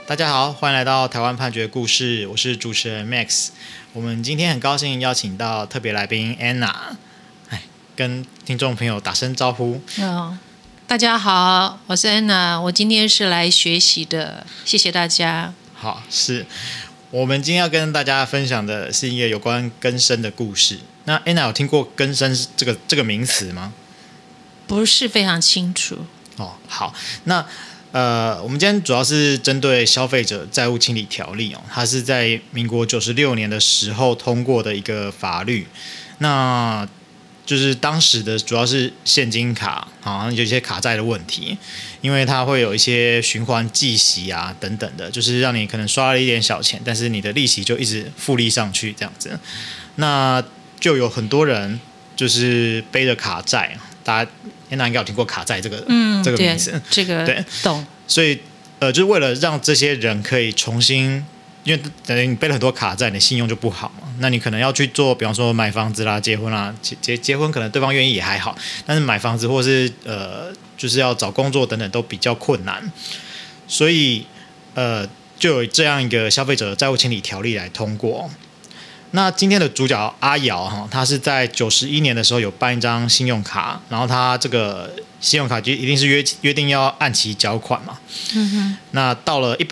大家好，欢迎来到台湾判决故事，我是主持人 Max。我们今天很高兴邀请到特别来宾 Anna， 跟听众朋友打声招呼。 大家好，我是 Anna， 我今天是来学习的，谢谢大家。 好，是我们今天要跟大家分享的是一个有关更生的故事。那 Anna 有听过更生这个名词吗？ 不是非常清楚。 好，那我们今天主要是针对消费者债务清理条例它是在民国96年的时候通过的一个法律。那就是当时的主要是现金卡好像有一些卡债的问题，因为它会有一些循环计息啊等等的，就是让你可能刷了一点小钱，但是你的利息就一直复利上去这样子。那就有很多人就是背着卡债，大家应该有听过卡债这个名字， 这个对懂。 所以就是为了让这些人可以重新，因为等于你背了很多卡债，你的信用就不好嘛。那你可能要去做，比方说买房子啦、结婚啦，结婚可能对方愿意也还好，但是买房子或是就是要找工作等等都比较困难，所以就有这样一个消费者债务清理条例来通过。那今天的主角阿瑶他是在91年的时候有办一张信用卡，然后他这个信用卡就一定是约定要按期缴款嘛。那到了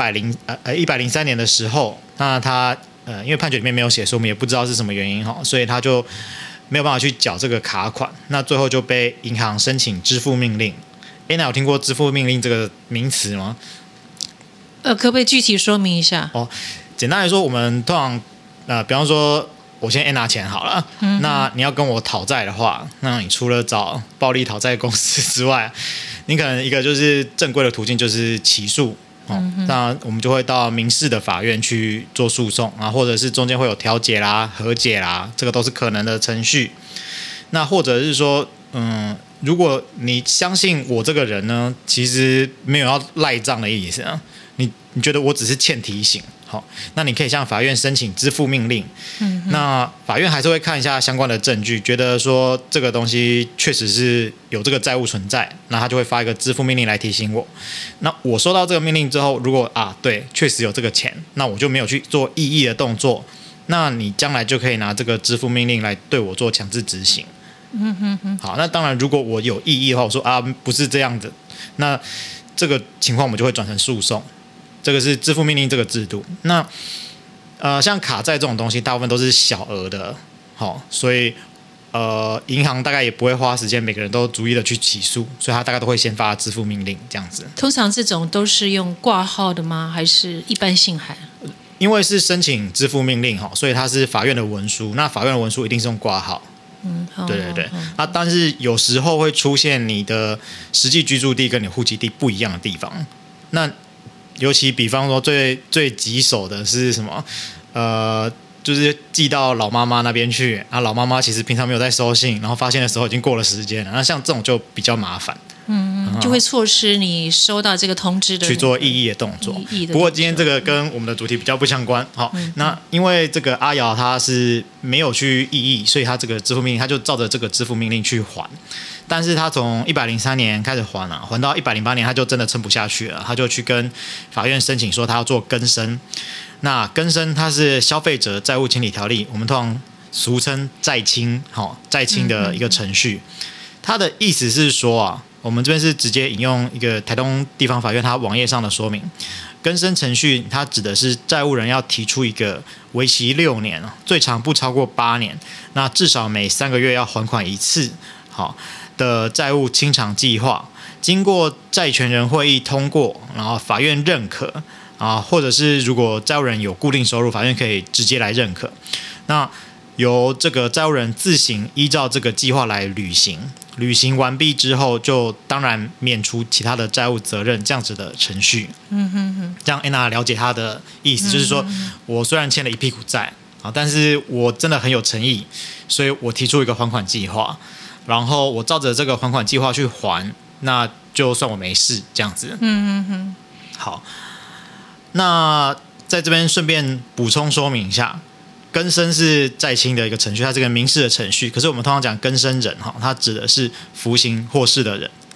103年的时候，那他因为判决里面没有写，所以我们也不知道是什么原因所以他就没有办法去缴这个卡款，那最后就被银行申请支付命令。那有听过支付命令这个名词吗？ 可不可以具体说明一下？ 简单来说，我们通常比方说我先拿钱好了，那你要跟我讨债的话，那你除了找暴力讨债公司之外，你可能一个就是正规的途径就是起诉，那我们就会到民事的法院去做诉讼啊，或者是中间会有调解啦、和解啦，这个都是可能的程序。那或者是说，如果你相信我这个人呢，其实没有要赖账的意思啊，你觉得我只是欠提醒。好，那你可以向法院申请支付命令。那法院还是会看一下相关的证据，觉得说这个东西确实是有这个债务存在，那他就会发一个支付命令来提醒我。那我收到这个命令之后，如果对，确实有这个钱，那我就没有去做异议的动作，那你将来就可以拿这个支付命令来对我做强制执行。好，那当然如果我有异议的话，我说不是这样子，那这个情况我们就会转成诉讼。这个是支付命令这个制度。那像卡债这种东西大部分都是小额的，所以银行大概也不会花时间每个人都逐一的去起诉，所以他大概都会先发支付命令这样子。 通常这种都是用挂号的吗？还是一般信函？ 因为是申请支付命令所以它是法院的文书，那法院的文书一定是用挂号。对。但是有时候会出现你的实际居住地跟你户籍地不一样的地方，那尤其比方说最棘手的是什么？就是寄到老妈妈那边去，老妈妈其实平常没有在收信，然后发现的时候已经过了时间了。那像这种就比较麻烦， 就会错失你收到这个通知的去做异议的动作。不过今天这个跟我们的主题比较不相关。那因为这个阿瑶她是没有去异议，所以她这个支付命令，她就照着这个支付命令去还。但是他从103年开始还到108年他就真的撑不下去了，他就去跟法院申请说他要做更生。那更生它是消费者债务清理条例，我们通常俗称债清，债清的一个程序。它的意思是说我们这边是直接引用一个台东地方法院它网页上的说明。更生程序它指的是债务人要提出一个为期6年，最长不超过8年，那至少每3个月要还款一次的债务清偿计划，经过债权人会议通过，然后法院认可或者是如果债务人有固定收入，法院可以直接来认可。那由这个债务人自行依照这个计划来履行，履行完毕之后，就当然免除其他的债务责任，这样子的程序。这样 Anna 了解他的意思，就是说我虽然欠了一屁股债但是我真的很有诚意，所以我提出一个还款计划。然后我照着这个还款计划去还，那就算我没事这样子。好，那在这边顺便补充说明一下，更生是债清的一个程序，它是个民事的程序。可是我们通常讲更生人，它指的是服刑获释的人。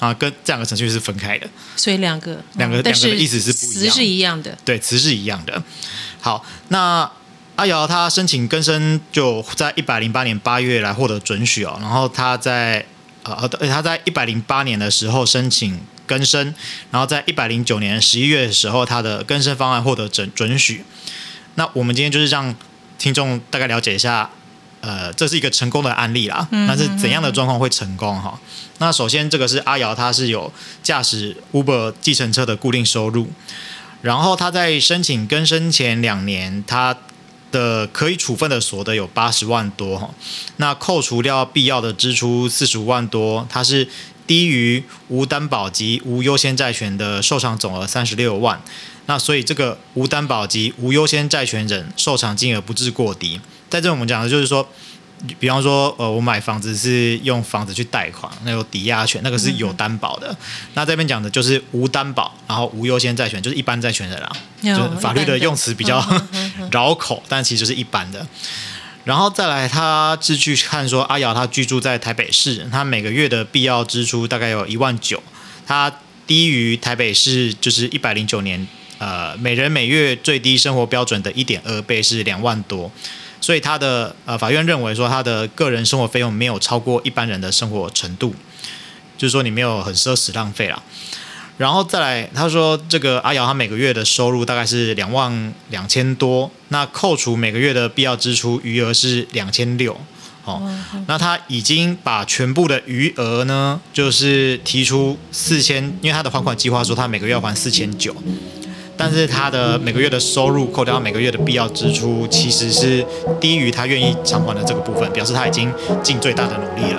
啊，跟这两个程序是分开的。 所以两个的意思是不一样， 词是一样的。 对，词是一样的。好，那阿瑶他申请更生就在108年8月来获得准许哦，然后他在108年的时候申请更生，然后在109年11月的时候，他的更生方案获得准许。那我们今天就是让听众大概了解一下，这是一个成功的案例啦。那是怎样的状况会成功哈？那首先这个是阿瑶，他是有驾驶 Uber 计程车的固定收入，然后他在申请更生前2年，他的可以处分的所得有80万多哈，那扣除掉必要的支出45万多，它是低于无担保及无优先债权的受偿总额36万，那所以这个无担保及无优先债权人受偿金额不致过低。在这我们讲的就是说，比方说我买房子是用房子去贷款，那有抵押权，那个是有担保的。那这边讲的就是无担保，然后无优先债权，就是一般债权人啦，就是法律的用词比较绕口，但其实就是一般的。然后再来，他是去看说阿瑶他居住在台北市，他每个月的必要支出大概有1万9，他低于台北市就是109年每人每月最低生活标准的1.2倍，是2万多。所以他的法院认为说他的个人生活费用没有超过一般人的生活程度，就是说你没有很奢侈浪费啦。然后再来，他说这个阿瑶他每个月的收入大概是2万2千多，那扣除每个月的必要支出，余额是2600。那他已经把全部的余额呢，就是提出4000，因为他的还款计划说他每个月要还4900。但是他的每个月的收入扣掉每个月的必要支出，其实是低于他愿意偿还的这个部分，表示他已经尽最大的努力了。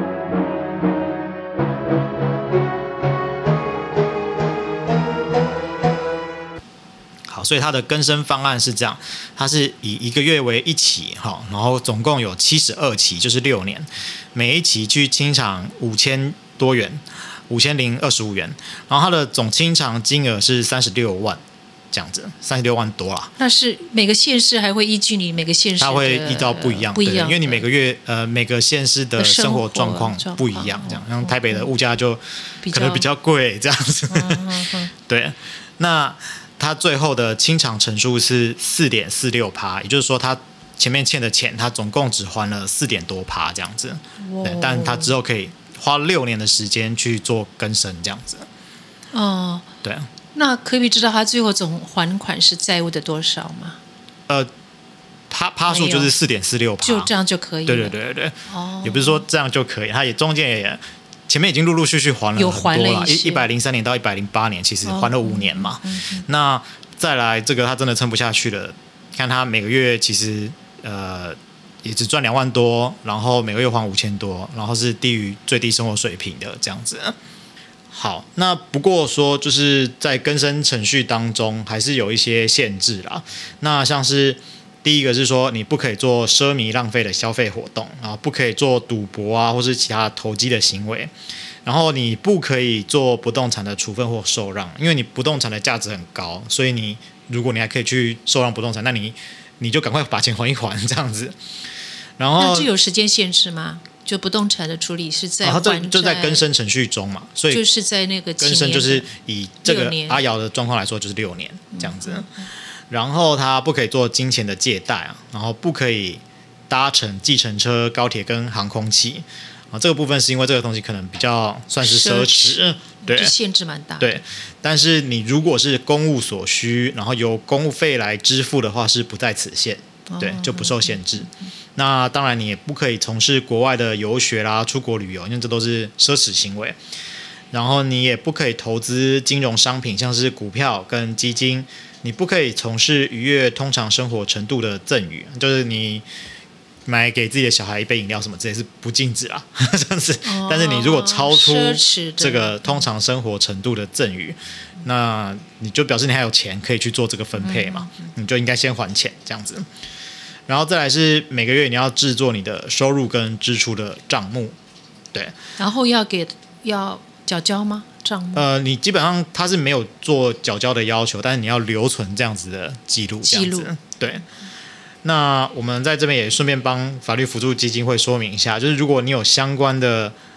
好，所以他的更生方案是这样，他是以1个月为1期，然后总共有72期，就是6年，每一期去清偿5000多元。5025元，然后它的总清偿金额是36万，这样子，36万多啦。 那是每个县市还会依据你每个县市， 它会依照不一样，因为你每个月每个县市的生活状况不一样，这样，像台北的物价就可能比较贵，这样子。对，那它最后的清偿成数是4.46%，也就是说它前面欠的钱，它总共只还了4点多%这样子。对，但它之后可以花6年的时间去做更生这样子。对。 那可以知道他最后总还款是债务的多少吗？ 趴数就是4.46%， 就这样就可以了。 对。也不是说这样就可以，他也中间也前面已经陆陆续续还了很多了，103年到108年，其实还了5年嘛。那再来这个他真的撑不下去了，看他每个月其实也只赚2万多，然后每个月还5000多，然后是低于最低生活水平的这样子。好，那不过说就是在更生程序当中还是有一些限制啦。那像是第一个是说你不可以做奢靡浪费的消费活动，然后不可以做赌博啊或是其他投机的行为，然后你不可以做不动产的处分或受让，因为你不动产的价值很高，所以如果你还可以去受让不动产，那你就赶快把钱还一还这样子。然后那这有时间限制吗？就不动产的处理是在还债， 就在更生程序中嘛，所以就是在那个更生就是以这个阿瑶的状况来说就是6年这样子。然后他不可以做金钱的借贷啊，然后不可以搭乘计程车、高铁跟航空器啊。这个部分是因为这个东西可能比较算是奢侈，对， 限制蛮大。 对，但是你如果是公务所需，然后由公务费来支付的话，是不在此限，对，就不受限制。那当然，你也不可以从事国外的游学啦、出国旅游，因为这都是奢侈行为。然后你也不可以投资金融商品，像是股票跟基金。你不可以从事逾越通常生活程度的赠与，就是你买给自己的小孩一杯饮料什么之类是不禁止啦，这样子。但是你如果超出这个通常生活程度的赠与，那你就表示你还有钱可以去做这个分配嘛，你就应该先还钱这样子。然后再来是每个月你要制作你的收入跟支出的账目，对。然后要缴交吗？账目？ 你基本上它是没有做缴交的要求，但是你要留存这样子的记录，这样子。对。那我们在这边也顺便帮法律辅助基金会说明一下，就是如果你有相关的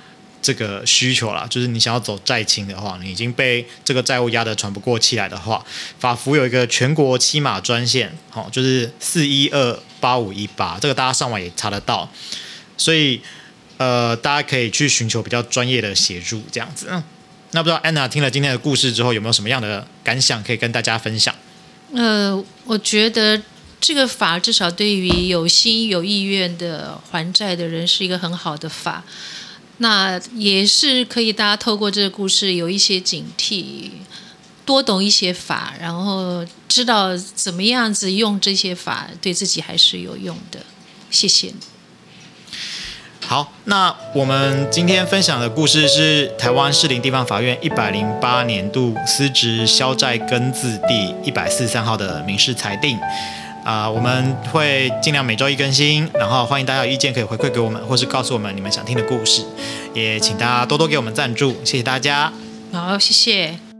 这个需求啦，就是你想要走债清的话，你已经被这个债务压得喘不过气来的话，法服有一个全国7码专线，就是4128518，这个大家上网也查得到，所以大家可以去寻求比较专业的协助，这样子。那不知道安娜听了今天的故事之后，有没有什么样的感想可以跟大家分享？ 我觉得这个法至少对于有心有意愿的还债的人是一个很好的法。那也是可以大家透过这个故事有一些警惕，多懂一些法，然后知道怎么样子用这些法对自己还是有用的。谢谢。 好，那我们今天分享的故事是台湾士林地方法院108年度司职消债根字第143号的民事裁定。我们会尽量每周一更新，然后欢迎大家有意见可以回馈给我们，或是告诉我们你们想听的故事，也请大家多多给我们赞助，谢谢大家。 好，谢谢。